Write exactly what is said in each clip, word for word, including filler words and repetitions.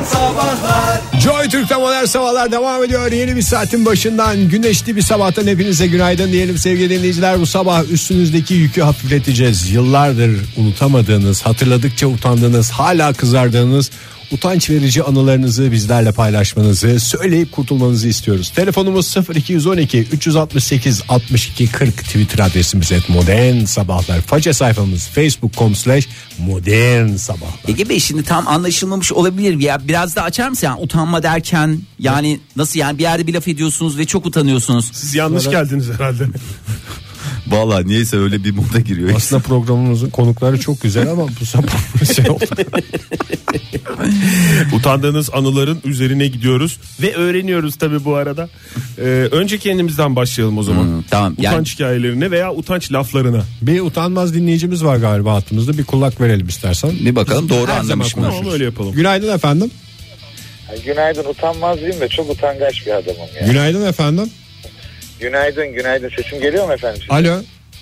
Sabahlar. Joy Türk'te modern sabahlar devam ediyor. Yeni bir saatin başından güneşli bir sabahtan hepinize günaydın diyelim sevgili dinleyiciler. Bu sabah üstünüzdeki yükü hafifleteceğiz. Yıllardır unutamadığınız, hatırladıkça utandığınız, hala kızardığınız utanç verici anılarınızı bizlerle paylaşmanızı, söyleyip kurtulmanızı istiyoruz. Telefonumuz sıfır iki on iki üç altı sekiz altmış iki kırk, Twitter adresimiz et modern sabahlar, faça sayfamız facebook nokta com slash modern sabahlar. Ege Bey, şimdi tam anlaşılmamış olabilir ya, biraz da açar mısın? Yani utanma derken yani nasıl, yani bir yerde bir laf ediyorsunuz ve çok utanıyorsunuz. Siz yanlış Sonra... geldiniz herhalde. Vallahi niyeyse öyle bir moda giriyor. Aslında programımızın konukları çok güzel ama bu sabah şey oldu. Utandığınız anıların üzerine gidiyoruz ve öğreniyoruz tabii bu arada. Ee, önce kendimizden başlayalım o zaman. Hmm, tamam. Utanç yani... hikayelerine veya utanç laflarına. Bir utanmaz dinleyicimiz var galiba hattımızda. Bir kulak verelim istersen. Bir bakalım doğru anlamış mı? Tamam, öyle yapalım. Günaydın efendim. Günaydın, utanmaz değilim de çok utangaç bir adamım ya. Günaydın efendim. Günaydın, günaydın. Sesim geliyor mu efendim? Size? Alo.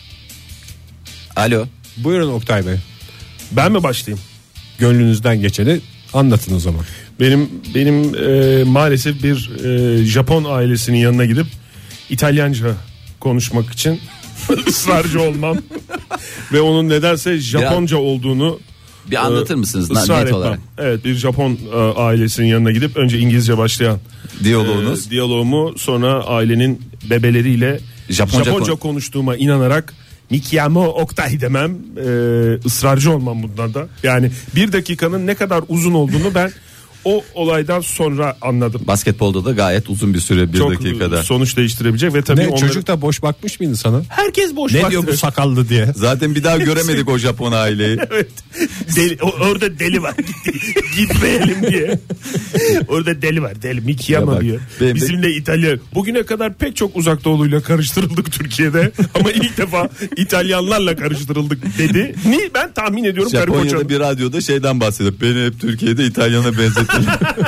Alo. Buyurun Oktay Bey. Ben mi başlayayım? Gönlünüzden geçeni anlatın o zaman. Benim benim e, maalesef bir e, Japon ailesinin yanına gidip İtalyanca konuşmak için ısrarcı olmam ve onun nedense Japonca Biraz... olduğunu bir anlatır mısınız net etmem. olarak? Evet, bir Japon e, ailesinin yanına gidip önce İngilizce başlayan diyaloğunuz, e, diyaloğumu, sonra ailenin bebeleriyle Japonca, Japonca kon- konuştuğuma inanarak Mikiyamo Oktay demem, e, ısrarcı olmam bundan da. Yani bir dakikanın ne kadar uzun olduğunu ben o olaydan sonra anladım. Basketbolda da gayet uzun bir süre, bir Çok dakikada sonuç değiştirebilecek ve tabii ne, onları... çocuk da boş bakmış mıydı sana? Herkes boş ne baktı. Ne diyor bu sakallı diye. Zaten bir daha göremedik o Japon aileyi. Evet. Deli, orada deli var. Gitmeyelim diye. Orada deli var. Deli Mikiyama diyor. Ben, Bizimle İtalya. Bugüne kadar pek çok Uzak Doğulu'yla karıştırıldık Türkiye'de. Ama ilk defa İtalyanlarla karıştırıldık dedi. Ni ben tahmin ediyorum. Japonya'da bir radyoda şeyden bahsediyor. Beni hep Türkiye'de İtalyan'a benzettiler.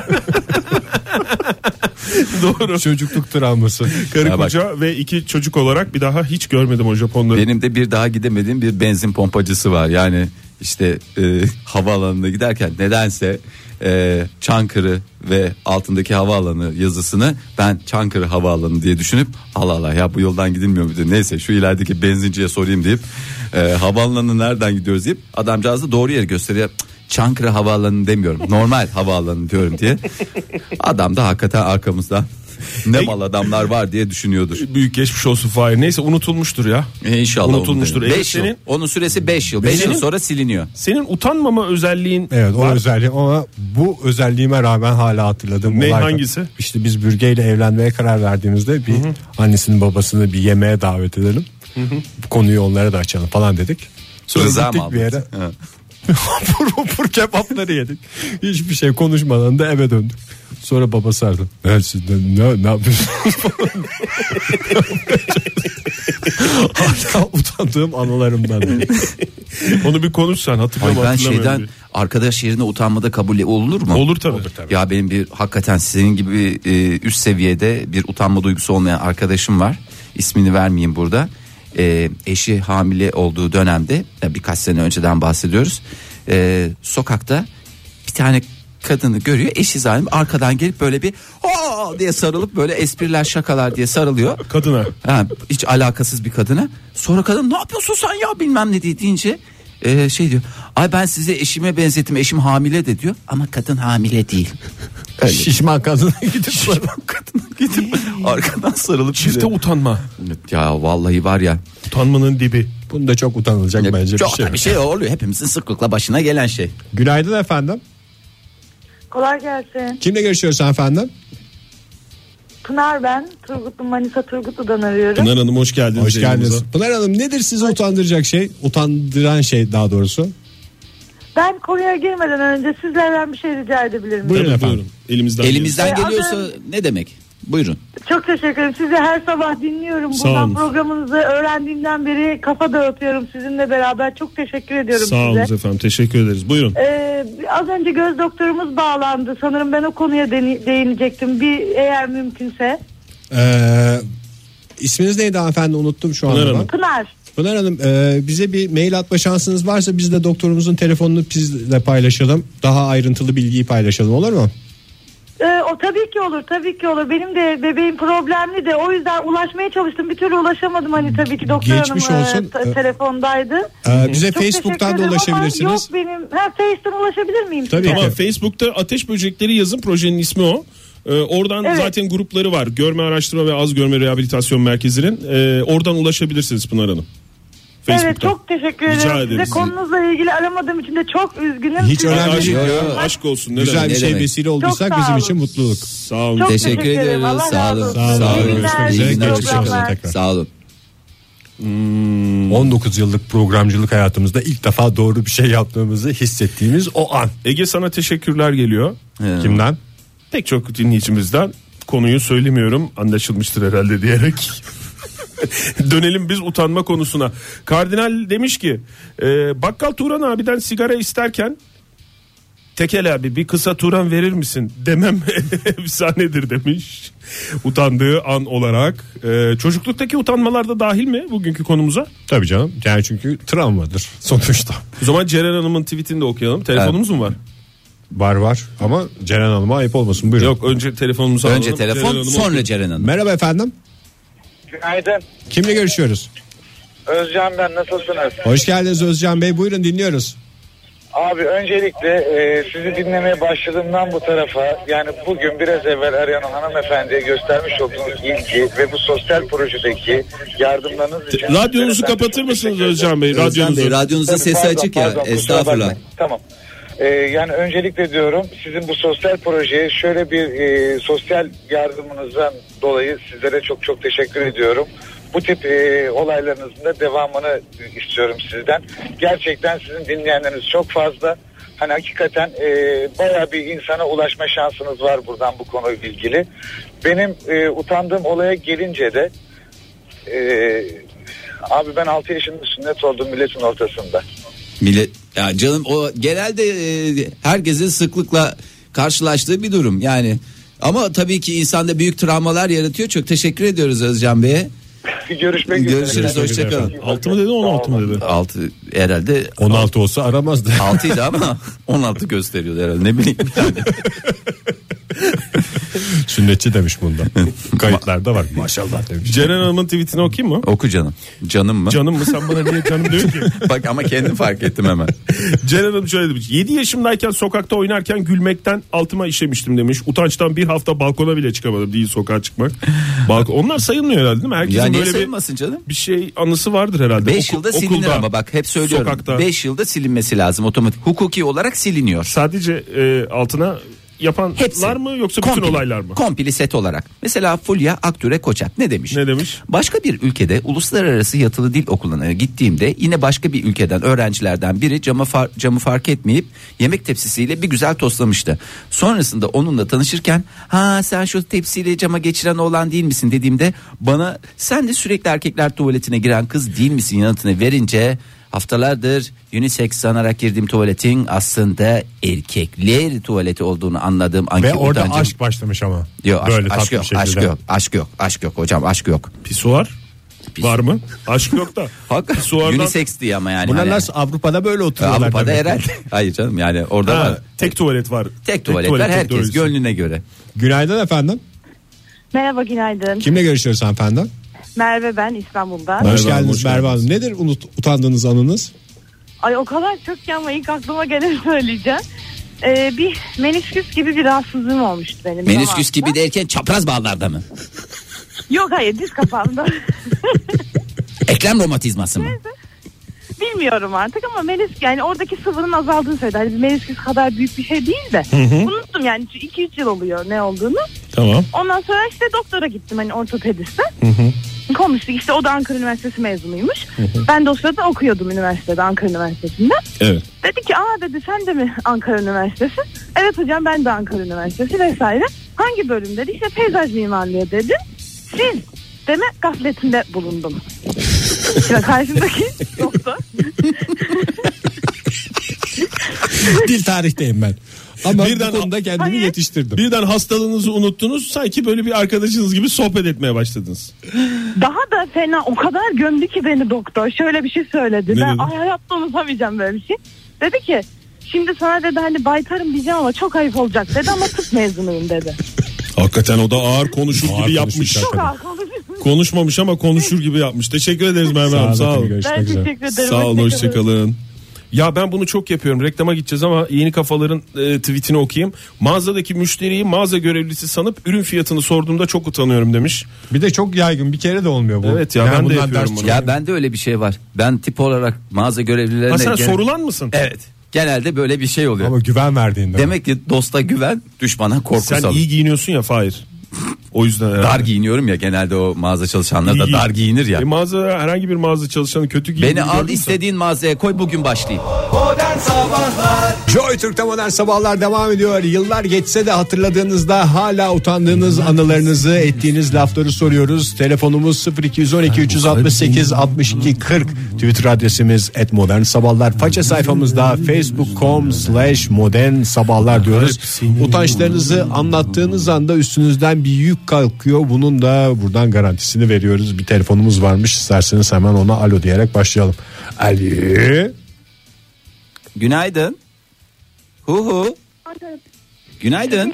Doğru. Çocukluk travması. Karı ya koca bak. Ve iki çocuk olarak bir daha hiç görmedim o Japonları. Benim de bir daha gidemediğim bir benzin pompacısı var. Yani işte e, havaalanına giderken nedense e, Çankırı ve altındaki havaalanı yazısını ben Çankırı Havaalanı diye düşünüp Allah Allah ya bu yoldan gidilmiyor muydu? Neyse şu ilerideki benzinciye sorayım deyip e, havaalanına nereden gidiyoruz deyip adamcağız da doğru yeri gösteriyor. Çankırı Havaalanı demiyorum, normal havaalanı diyorum diye. Adam da hakikaten arkamızdan ne mal adamlar var diye düşünüyordur. Büyük geçmiş olsun Fahir. Neyse unutulmuştur ya. E inşallah unutulmuştur. beş evet, yıl. Senin, onun süresi beş yıl. beş yıl sonra siliniyor. Senin utanmama özelliğin evet, var. O özelliği, ama bu özelliğime rağmen hala hatırladığım ne, olay. Hangisi? İşte biz Bürge ile evlenmeye karar verdiğimizde bir hı hı. annesinin babasını bir yemeğe davet edelim. Hı hı. Bu konuyu onlara da açalım falan dedik. Sonra Rıza gittik bir yere. Hapur hapur kebapları yedik. Hiçbir şey konuşmadan da eve döndük. Sonra babası aradı. Ben sizden ne, ne yapıyorsunuz? Hala utandığım anılarımdan. Onu bir konuşsan hatırlamam. Ben şeyden bir. Arkadaş yerine utanmada kabul olur mu? Olur tabii. Olur tabii. Ya benim bir hakikaten sizin gibi e, üst seviyede bir utanma duygusu olmayan arkadaşım var. İsmini vermeyeyim burada. E, eşi hamile olduğu dönemde, birkaç sene önceden bahsediyoruz. E, sokakta bir tane kadını görüyor, eşi zalim arkadan gelip böyle bir aa diye sarılıp böyle espriler şakalar diye sarılıyor. Kadına. Ha, hiç alakasız bir kadına. Sonra kadın ne yapıyorsun sen ya bilmem ne diye deyince e, şey diyor. Ay ben size eşime benzettim, eşim hamile de diyor ama kadın hamile değil. Öyle. Şişman kadına gidip şişman kadına gidip arkadan sarılıp çifte utanma. Ya vallahi var ya. Utanmanın dibi. Bunda çok utanılacak ya, bence çok bir şey. bir şey oluyor, hepimizin sıklıkla başına gelen şey. Günaydın efendim. Kolay gelsin. Kimle görüşüyoruz efendim? Pınar ben. Turgutlu, Manisa Turgutlu'dan arıyorum. Pınar Hanım hoş geldiniz. Hoş geldiniz. Pınar Hanım, nedir sizi utandıracak şey? Utandıran şey daha doğrusu. Ben konuya girmeden önce sizlerden bir şey rica edebilir miyim? Buyurun efendim. Elimizden, Elimizden geliyorsa ee, ne demek? Buyurun. Çok teşekkür ederim. Sizi her sabah dinliyorum. Sağ Buradan olun. Programınızı öğrendiğimden beri kafa dağıtıyorum sizinle beraber. Çok teşekkür ediyorum Sağ size. Sağ olun efendim. Teşekkür ederiz. Buyurun. Ee, az önce göz doktorumuz bağlandı. Sanırım ben o konuya de- değinecektim. Bir eğer mümkünse. Ee, isminiz neydi hanımefendi? Unuttum şu Pınar anda. Hanım. Pınar. Pınar Hanım, e, bize bir mail atma şansınız varsa biz de doktorumuzun telefonunu bizle paylaşalım. Daha ayrıntılı bilgiyi paylaşalım, olur mu? Ee, o tabii ki olur, tabii ki olur. Benim de bebeğim problemli de, o yüzden ulaşmaya çalıştım. Bir türlü ulaşamadım hani, tabii ki doktor Geçmiş hanım olsun. e, t- telefondaydı. Ee, bize Çok Facebook'tan da teşekkür ederim ama ulaşabilirsiniz. Yok benim. Ha, Face'ten ulaşabilir miyim? Tabii size? ki. Ama Facebook'ta Ateş Böcekleri yazın, projenin ismi o. Ee, oradan Evet. zaten grupları var. Görme Araştırma ve Az Görme Rehabilitasyon Merkezi'nin. Ee, oradan ulaşabilirsiniz Pınar Hanım. Evet, Facebook'tan. çok teşekkür Rica ederim. ederiz. Size konunuzla ilgili aramadığım için de çok üzgünüm. Hiç Size önemli Aşk, değil. teşekkür aşk olsun. Ne Güzel demek? bir Ne şey demek? vesile olduysak sağ bizim olun. için mutluluk. Sağ olun. Çok Teşekkür teşekkür ederim. ediyoruz. Allah Sağ razı olun. olsun. Sağ olun. Sağ olun. İyi Görüşmek günler, üzere. iyi Geçmiş olsun programlar. tekrar. Sağ olun. on dokuz yıllık programcılık hayatımızda ilk defa doğru bir şey yaptığımızı hissettiğimiz o an. Ege, sana teşekkürler geliyor. Ee, Kimden? Pek çok dinleyicimizden. Konuyu söylemiyorum, anlaşılmıştır herhalde diyerek. Dönelim biz utanma konusuna. Kardinal demiş ki e, bakkal Turan abiden sigara isterken Tekel abi bir kısa Turan verir misin demem efsanedir demiş. Utandığı an olarak. E, çocukluktaki utanmalar da dahil mi bugünkü konumuza? Tabii canım. Yani çünkü travmadır sonuçta. O zaman Ceren Hanım'ın tweetini de okuyalım. Telefonumuz mu var? Var var ama Ceren Hanım'a ayıp olmasın. Buyurun. Yok, önce telefonumuzu alalım. Önce telefon, Ceren Hanım'ı sonra okuyalım. Ceren Hanım. Merhaba efendim. Günaydın. Kimle görüşüyoruz? Özcan ben, nasılsınız? Hoş geldiniz Özcan Bey. Buyurun, dinliyoruz. Abi öncelikle e, sizi dinlemeye başladığımdan bu tarafa, yani bugün biraz evvel arayan o hanımefendiye göstermiş olduğunuz ilgi ve bu sosyal projedeki yardımlarınız için... Radyonuzu Ben kapatır çok mısınız teşekkür Özcan Bey? Özcan Radyonuzu. Bey, radyonuzun Tabii, sesi pardon, açık ya. pardon, kusura Estağfurullah. bakmayın. Tamam. Ee, yani öncelikle diyorum, sizin bu sosyal projeye şöyle bir e, sosyal yardımınızdan dolayı sizlere çok çok teşekkür ediyorum. Bu tip e, olaylarınızın da devamını istiyorum sizden. Gerçekten sizin dinleyenleriniz çok fazla. Hani hakikaten e, bayağı bir insana ulaşma şansınız var buradan bu konuyla ilgili. Benim e, utandığım olaya gelince de e, abi ben altı yaşında sünnet oldum milletin ortasında. Millet, ya canım, o genelde e, herkesin sıklıkla karşılaştığı bir durum yani. Ama tabii ki insanda büyük travmalar yaratıyor. Çok teşekkür ediyoruz Özcan Bey'e. Görüşmek üzere. Görüşürüz, hoşçakalın. altı mı dedi, on altı mı dedi? altı herhalde. on altı olsa aramazdı. altıydı ama on altı gösteriyordu herhalde, ne bileyim yani. Sünnetçi demiş bunda. Kayıtlarda var. Maşallah demiş. Ceren Hanım'ın tweetini okuyayım mı? Oku canım. Canım mı? Canım mı, sen bana niye canım diyorsun ki? Bak ama kendim fark ettim hemen. Ceren Hanım şöyle demiş. yedi yaşımdayken sokakta oynarken gülmekten altıma işemiştim demiş. Utançtan bir hafta balkona bile çıkamadım, değil sokağa çıkmak. Balkon. Onlar sayılmıyor herhalde değil mi? Herkesin Ya niye böyle bir, sayılmasın canım? bir şey anısı vardır herhalde. beş Oku- yılda silinir okulda, ama bak hep söylüyorum. sokakta. beş yılda silinmesi lazım otomatik. Hukuki olarak siliniyor. Sadece e, altına yapanlar Hepsi. mı yoksa bütün Komple. olaylar mı? Kompli set olarak. Mesela Fulya Aktüre Koçak ne demiş? Ne demiş? Başka bir ülkede uluslararası yatılı dil okuluna gittiğimde yine başka bir ülkeden öğrencilerden biri camı, far, camı fark etmeyip yemek tepsisiyle bir güzel toslamıştı. Sonrasında onunla tanışırken ha sen şu tepsiyle cama geçiren oğlan değil misin dediğimde bana sen de sürekli erkekler tuvaletine giren kız değil misin yanıtını verince haftalardır unisex sanarak girdiğim tuvaletin aslında erkekler tuvaleti olduğunu anladığım anki Ve orada utancım. aşk başlamış ama. Yok, aşk, Böyle aşk tatlı yok, bir şekilde. aşk yok, aşk yok, aşk yok hocam, aşk yok. Pisuar var mı? Aşk yok da. Hakikaten Pisuardan- unisex diye ama yani. Bunlar hani- nasıl Avrupa'da böyle oturuyorlar. Avrupa'da demek ki. herhalde. Hayır canım, yani orada Ha, var. tek tuvalet var. Tek tuvalet var, herkes teknolojisi. gönlüne göre. Günaydın efendim. Merhaba, günaydın. Kimle görüşüyoruz hanımefendi? Merve ben, İstanbul'dan. Hoş Merhaba, geldiniz hoş Merve geldiniz. Hanım. Nedir unut, utandığınız anınız? Ay o kadar çok ki ama ilk aklıma geleni söyleyeceğim. Ee, bir menisküs gibi bir rahatsızlığım olmuştu benim. Menisküs zamanında. gibi derken çapraz bağlarda mı? Yok hayır, diz kapağımda. Eklem romatizması mı? Bilmiyorum artık ama menisküs, yani oradaki sıvının azaldığını söyledi. Hani menisküs kadar büyük bir şey değil de. Unuttum yani, iki üç yıl oluyor ne olduğunu. Tamam. Ondan sonra işte doktora gittim, hani ortopediste. Konuştuk işte, o da Ankara Üniversitesi mezunuymuş. Ben de o sırada okuyordum üniversitede, Ankara Üniversitesi'nde. Evet. Dedi ki aa dedi, sen de mi Ankara Üniversitesi? Evet hocam, ben de Ankara Üniversitesi vesaire. Hangi bölüm dedi, işte peyzaj mimarlığı dedi. Siz deme gafletinde bulundum. Şimdi karşımdaki doktor. Dil tarihteyim ben. Ama Birden- bu konuda kendimi Hayır. yetiştirdim. Birden hastalığınızı unuttunuz, sanki böyle bir arkadaşınız gibi sohbet etmeye başladınız. Daha da fena, o kadar gömdü ki beni doktor. Şöyle bir şey söyledi. Ne ben dedi? ay hayatta unutamayacağım böyle bir şey. Dedi ki Şimdi sana dedi hani baytarım diyeceğim ama çok ayıp olacak dedi ama tıp mezunuyum dedi. Hakikaten o da ağır konuşur Ağır gibi yapmış. Çok ağır konuşuyor. Konuşmamış ama konuşur gibi yapmış. Teşekkür ederiz Merve Hanım. Sağ olun. Ben teşekkür ederim. Sağ olun, hoşçakalın. Ya ben bunu çok yapıyorum. Reklama gideceğiz ama Yeni Kafaların e, tweetini okuyayım. Mağazadaki müşteriyi mağaza görevlisi sanıp ürün fiyatını sorduğumda çok utanıyorum demiş. Bir de çok yaygın, bir kere de olmuyor bu. Evet ya, yani ben de bundan yapıyorum ders bunu. Ya bende öyle bir şey var. Ben tip olarak mağaza görevlilerine... Ha sen gene- sorulan mısın? Evet. Genelde böyle bir şey oluyor. Ama güven verdiğinde. Demek ki dosta güven, düşmana korku Sen salır. iyi giyiniyorsun ya Fahir. O yüzden yani. Dar giyiniyorum ya, genelde o mağaza çalışanları da İyi. dar giyinir ya. E mağaza, herhangi bir mağaza çalışanı kötü giyiniyor. Beni al, istediğin mağazaya koy, bugün başlayayım. Joy Türk'te Modern Sabahlar devam ediyor. Yıllar geçse de hatırladığınızda hala utandığınız anılarınızı, ettiğiniz lafları soruyoruz. Telefonumuz sıfır iki on iki üç altı sekiz altmış iki kırk. Twitter adresimiz et modern sabahlar. Faça sayfamızda facebook nokta com slash modern sabahlar diyoruz. Utançlarınızı anlattığınız anda üstünüzden bir yük kalkıyor. Bunun da buradan garantisini veriyoruz. Bir telefonumuz varmış. İsterseniz hemen ona alo diyerek başlayalım. Alo. Günaydın. Hu hu. Günaydın.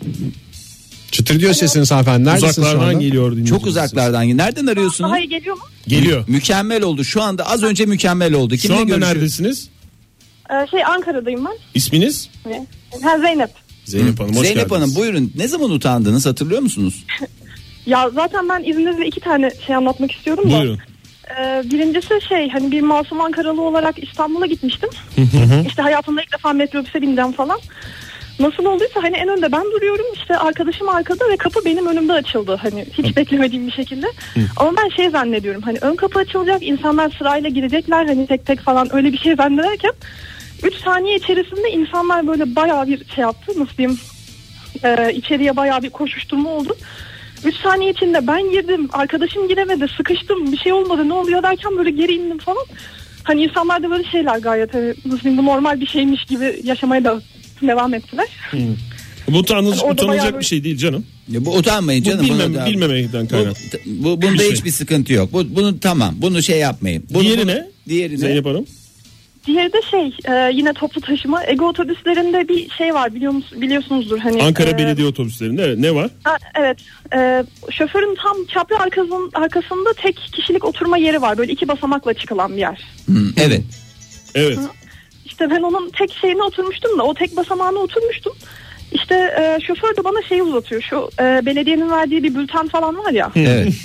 Çıtır diyor sesiniz hanımefendi. Neredesiniz şu Uzaklardan anda? geliyor dinleyicimiz. Çok uzaklardan. Nereden arıyorsunuz? Hayır geliyor mu? Geliyor. Mükemmel oldu. Şu anda az önce mükemmel oldu. Şu anda görüşüyor? neredesiniz? Ee, şey Ankara'dayım ben. İsminiz? Ha, Zeynep. Zeynep Hanım, hoş Zeynep geldiniz. Hanım, buyurun. Ne zaman utandınız, hatırlıyor musunuz? Ya zaten ben izninizle iki tane şey anlatmak istiyorum da. Buyurun. Ee, birincisi şey hani bir masum Ankaralı olarak İstanbul'a gitmiştim. İşte hayatımda ilk defa metrobüse bineceğim falan. Nasıl olduysa hani en önde ben duruyorum, işte arkadaşım arkada ve kapı benim önümde açıldı. Hani hiç beklemediğim bir şekilde. Ama ben şey zannediyorum, hani ön kapı açılacak, insanlar sırayla girecekler hani tek tek falan, öyle bir şey zannederken üç saniye içerisinde insanlar böyle bayağı bir şey yaptı, nasıl diyeyim, e, içeriye bayağı bir koşuşturma oldu. üç saniye içinde ben girdim, arkadaşım giremedi, sıkıştım, bir şey olmadı, ne oluyor derken böyle geri indim falan. Hani insanlar da böyle şeyler gayet hani, nasıl diyeyim, bu normal bir şeymiş gibi yaşamaya da devam ettiler. Hmm. Bu utanılacak, Yani orada utanılacak bayağı bir şey değil canım. Ya bu utanmayın canım. Bu bilmem, Bunu- bilmemekten bu, kaynak. bu, bunda Bir şey. hiçbir sıkıntı yok. Bu, bunu tamam. Bunu şey yapmayın. Bunu, Diğeri bunu- ne? Diğeri ne? Zeynep Hanım. Diğeri de şey e, yine toplu taşıma. Ego otobüslerinde bir şey var, biliyor musun, biliyorsunuzdur. Hani, Ankara e, Belediye Otobüsleri'nde ne var? ha, evet. E, şoförün tam çapraz arkasının, arkasında tek kişilik oturma yeri var. Böyle iki basamakla çıkılan bir yer. Hmm, evet. Evet. İşte ben onun tek şeyine oturmuştum da o tek basamağına oturmuştum. İşte e, şoför de bana şeyi uzatıyor. Şu e, belediyenin verdiği bir bülten falan var ya. Evet.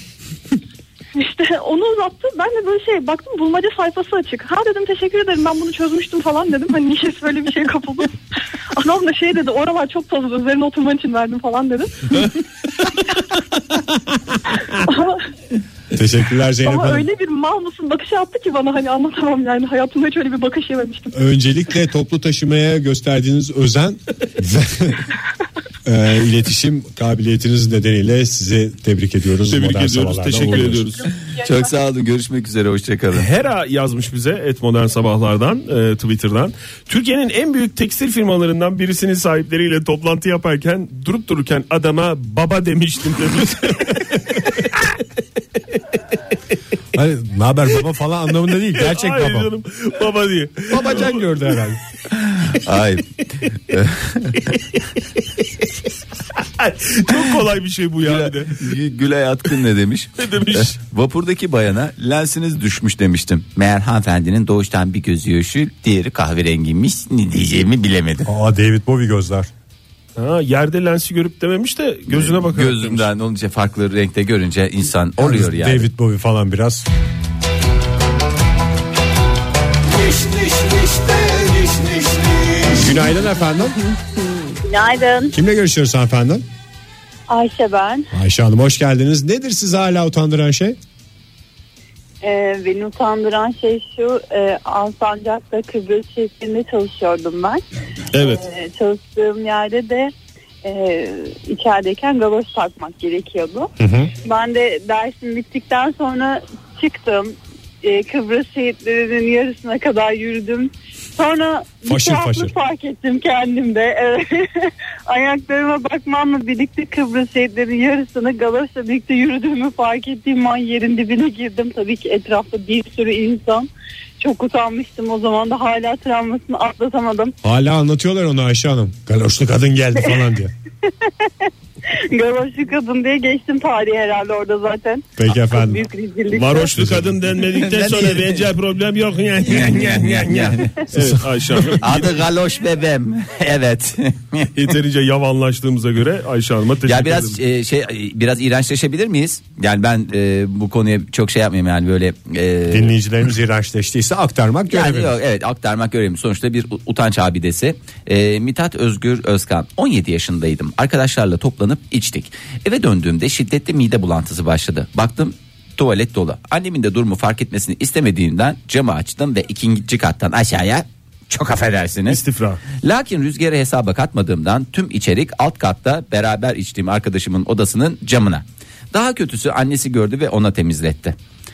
İşte onu uzattı. Ben de böyle şey baktım, bulmaca sayfası açık. Ha dedim, teşekkür ederim, ben bunu çözmüştüm falan dedim. Hani niye böyle bir şey kapıldı. Adam da şey dedi, oralar çok tozlu, üzerine oturman için verdim falan dedi. ama, Teşekkürler Zeynep ama Hanım. öyle bir mal mısın bakışı attı ki bana, hani anlatamam yani. Hayatımda hiç öyle bir bakış yememiştim. Öncelikle toplu taşımaya gösterdiğiniz özen ve e, iletişim kabiliyetiniz nedeniyle sizi tebrik ediyoruz. Tebrik Modern ediyoruz. Sabahlar'dan Teşekkür uğurluyoruz. ediyoruz. Çok sağ olun. Görüşmek üzere. Hoşçakalın. Hera yazmış bize et modern sabahlardan, e, Twitter'dan. Türkiye'nin en büyük tekstil firmalarından birisinin sahipleriyle toplantı yaparken durup dururken adama baba demiştim demiş. Hani ne haber baba falan anlamında değil. Gerçek Hayır baba. canım, baba diye. Babacan gördü herhalde. Hayır. Çok kolay bir şey bu ya bir de. Gü- Gülay Atkın ne demiş? Ne demiş? Eh, Vapurdaki bayana lensiniz düşmüş demiştim. Meğer hanımefendinin doğuştan bir gözü yeşil, diğeri kahverengiymiş. Ne diyeceğimi bilemedim. Aa, David Bowie gözler. Ha, yerde lensi görüp dememiş de gözüne bakarak demiş. Gözünden olunca, farklı renkte görünce insan oluyor yani. David Bowie falan biraz. Günaydın efendim. Günaydın. Kimle görüşüyoruz efendim? Ayşe ben. Ayşe Hanım hoş geldiniz. Nedir sizi hala utandıran şey? Ee, beni utandıran şey şu. E, Alsancak'ta Kıbrıs şehrinde çalışıyordum ben. Evet. Ee, çalıştığım yerde de e, içerideyken galoş takmak gerekiyordu. Hı hı. Ben de dersim bittikten sonra çıktım. E, Kıbrıs şehitlerinin yarısına kadar yürüdüm. Sonra bir Faşır tuhaflık faşır. fark ettim kendimde. Evet. Ayaklarıma bakmamla birlikte Kıbrıs şehitlerinin yarısını galoşla birlikte yürüdüğümü fark ettiğim an yerin dibine girdim. Tabii ki etrafta bir sürü insan. Çok utanmıştım o zaman da, hala travmasını atlatamadım. Hala anlatıyorlar onu Ayşe Hanım. Galoşlu kadın geldi falan diye. Galoşlu kadın diye geçtim tarihi herhalde orada zaten. Peki efendim. Büyük rezillik. Varoşlu kadın denmedikten sonra bence problem yok. Evet Ayşe Hanım. Adı Galoş bebem. Evet. Yeterince yavanlaştığımıza göre Ayşe Hanım'a teşekkür Ya biraz ederim. e, şey biraz iğrençleşebilir miyiz? Yani ben e, bu konuya çok şey yapmayayım yani böyle e, Dinleyicilerimiz iğrençleştiyse aktarmak yani görevimiz. yok, evet aktarmak görevim. Sonuçta bir utanç abidesi. E, Mithat Özgür Özkan. on yedi yaşındaydım. Arkadaşlarla toplanıp içtik. Eve döndüğümde şiddetli mide bulantısı başladı. Baktım tuvalet dolu. Annemin de durumu fark etmesini istemediğimden camı açtım ve ikinci kattan aşağıya, çok affedersiniz, İstifra. Lakin rüzgarı hesaba katmadığımdan tüm içerik alt katta beraber içtiğim arkadaşımın odasının camına. Daha kötüsü annesi gördü ve ona temizletti.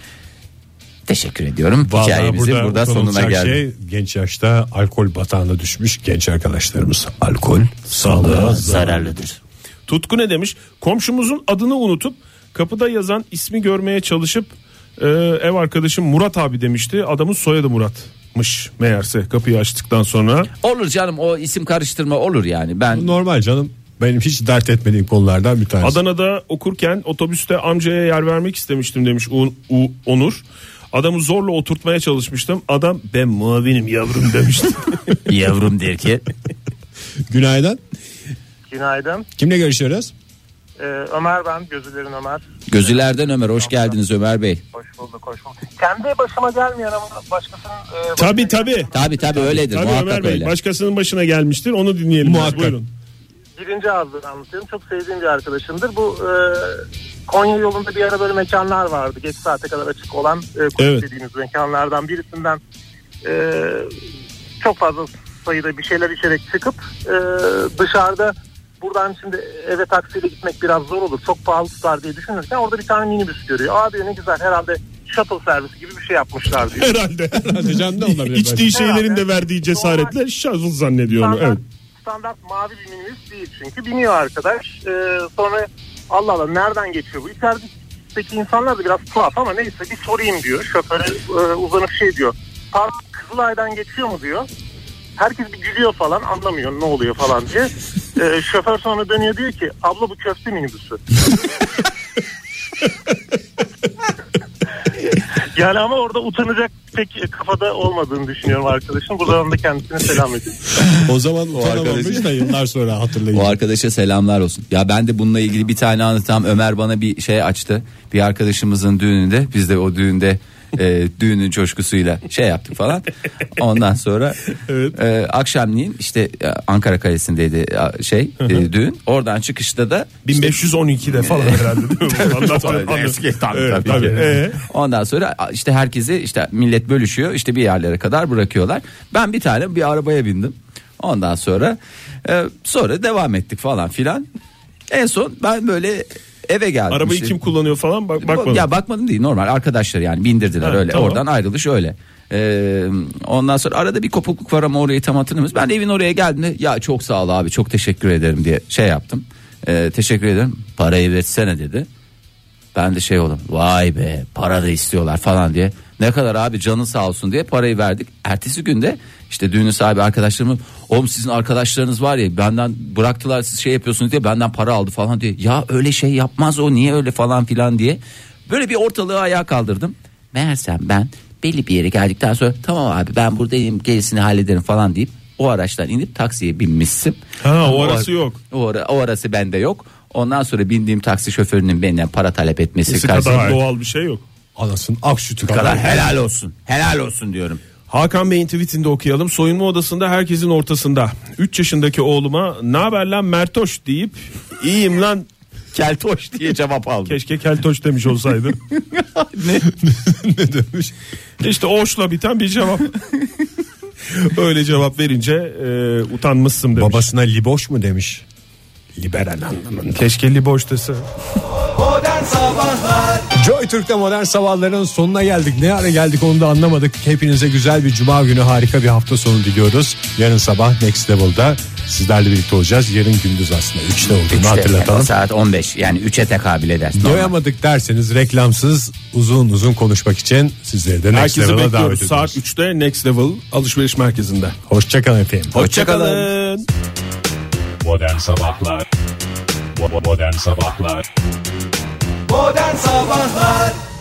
Teşekkür ediyorum. Vallahi Hikayemizin burada, burada sonuna geldik. Şey, genç yaşta alkol batağına düşmüş genç arkadaşlarımız. Alkol sağlığa zararlıdır. Tutku ne demiş? Komşumuzun adını unutup kapıda yazan ismi görmeye çalışıp e, ev arkadaşım Murat abi demişti. Adamın soyadı Murat'mış meğerse kapıyı açtıktan sonra. Olur canım, o isim karıştırma olur yani. Ben Normal canım. Benim hiç dert etmediğim konulardan bir tanesi. Adana'da okurken otobüste amcaya yer vermek istemiştim demiş U- U- Onur. Adamı zorla oturtmaya çalışmıştım. Adam ben muavinim yavrum demişti. yavrum der ki. Günaydın. Günaydın. Kimle görüşüyoruz? Ee, Ömer ben, Gözülerin Ömer. Gözülerden Ömer, hoş geldiniz Ömer Bey. Hoş bulduk, hoş bulduk. Kendi başıma gelmiyor ama başkasının... E, Tabii tabii. Tabii tabii öyledir, Tabii muhakkak Ömer Bey, öyle. başkasının başına gelmiştir, onu dinleyelim. Muhakkak. Buyurun. Birinci ağızdan anlatıyorum. Çok sevdiğim bir arkadaşımdır. Bu e, Konya yolunda bir ara böyle mekanlar vardı. Geç saate kadar açık olan e, kulüp Evet. dediğimiz mekanlardan birisinden e, çok fazla sayıda bir şeyler içerek çıkıp e, dışarıda buradan şimdi eve taksiyle gitmek biraz zor olur. Çok pahalı tutar diye düşünürken orada bir tane minibüs görüyor. Aa diyor, ne güzel, herhalde shuttle servisi gibi bir şey yapmışlar diyor. Herhalde. Herhalde canım ne olabilir? İçtiği şeylerin de Herhalde. verdiği cesaretle şazıl zannediyor onu. Standart, Evet. standart mavi bir minibüs değil çünkü. Biniyor arkadaş. Ee, sonra Allah Allah nereden geçiyor bu? İçerideki insanlar da biraz tuhaf ama neyse bir sorayım diyor. Şoföre e, uzanıp şey diyor. Pardon, Kızılay'dan geçiyor mu diyor. Herkes bir gülüyor falan, anlamıyor ne oluyor falan diye. Ee, şoför sonra dönüyor diyor ki abla bu köfte minibüsü. Yani ama orada utanacak pek kafada olmadığını düşünüyorum arkadaşım. Buradan da kendisine selam ediyorum. O zaman utanamamış arkadaş- da yıllar sonra hatırlayın. O arkadaşa selamlar olsun. Ya ben de bununla ilgili bir tane anlatam. Ömer bana bir şey açtı. Bir arkadaşımızın düğününde, biz de o düğünde e, düğünün coşkusuyla şey yaptık falan. Ondan sonra Evet. e, akşamleyin işte e, Ankara Kalesi'ndeydi e, şey e, düğün. Oradan çıkışta da bin beş yüz on ikide falan herhalde değil mi? Anlat, anlat. Eski, tabii, Evet, tabii tabii. ki. Ee? Ondan sonra işte herkesi işte millet bölüşüyor, işte bir yerlere kadar bırakıyorlar. Ben bir tane bir arabaya bindim. Ondan sonra e, sonra devam ettik falan filan. En son ben böyle eve geldim. Arabayı işte. kim kullanıyor falan bak bakmadım. Ya bakmadım değil, normal arkadaşlar yani bindirdiler Ha, öyle. tamam. Oradan ayrılış öyle. Ee, ondan sonra arada bir kopukluk var ama orayı tam hatırlamıyoruz. Ben de evin oraya geldiğimde ya çok sağ ol abi, çok teşekkür ederim diye şey yaptım. Ee, teşekkür ederim, parayı versene dedi. Ben de şey oldum, vay be para da istiyorlar falan diye. Ne kadar abi, canın sağ olsun diye parayı verdik. Ertesi günde işte düğünün sahibi arkadaşlarımın, oğlum sizin arkadaşlarınız var ya benden bıraktılar, siz şey yapıyorsunuz diye benden para aldı falan diye. Ya öyle şey yapmaz o, niye öyle falan filan diye. Böyle bir ortalığı ayağa kaldırdım. Meğersem ben belli bir yere geldikten sonra tamam abi ben buradayım, gerisini hallederim falan deyip o araçtan inip taksiye binmişsim. Ha, o Ama arası yok. O, ara, o arası bende yok. Ondan sonra bindiğim taksi şoförünün benden para talep etmesi Eskisi karşısında kadar doğal bir şey yok. Anasının ak sütü kadar kadar. helal olsun. Helal olsun diyorum. Hakan Bey'in tweetinde okuyalım. Soyunma odasında herkesin ortasında üç yaşındaki oğluma ne haber lan Mertoş deyip iyiyim lan Keltoş diye cevap aldım. keşke Keltoş demiş olsaydı. Ne? Ne demiş? İşte oşla biten bir cevap. Öyle cevap verince e, utanmışsın demiş. Babasına liboş mu demiş? Liberal anlamında. Keşke liboş dese. Joy Türk'te modern sabahların sonuna geldik. Ne ara geldik onu da anlamadık. Hepinize güzel bir cuma günü, harika bir hafta sonu diliyoruz. Yarın sabah Next Level'da Sizlerle birlikte olacağız. Yarın gündüz aslında üçte olduğunu üçte, hatırlatalım. yani saat on beş yani üçe tekabül eder. Doyamadık derseniz reklamsız uzun uzun konuşmak için sizleri de Next Herkesi Level'a davet bekliyoruz. ediyoruz. Saat üçte Next Level alışveriş merkezinde. Hoşçakalın efendim. Hoşçakalın. Modern Sabahlar Modern Sabahlar Modern Sabahlar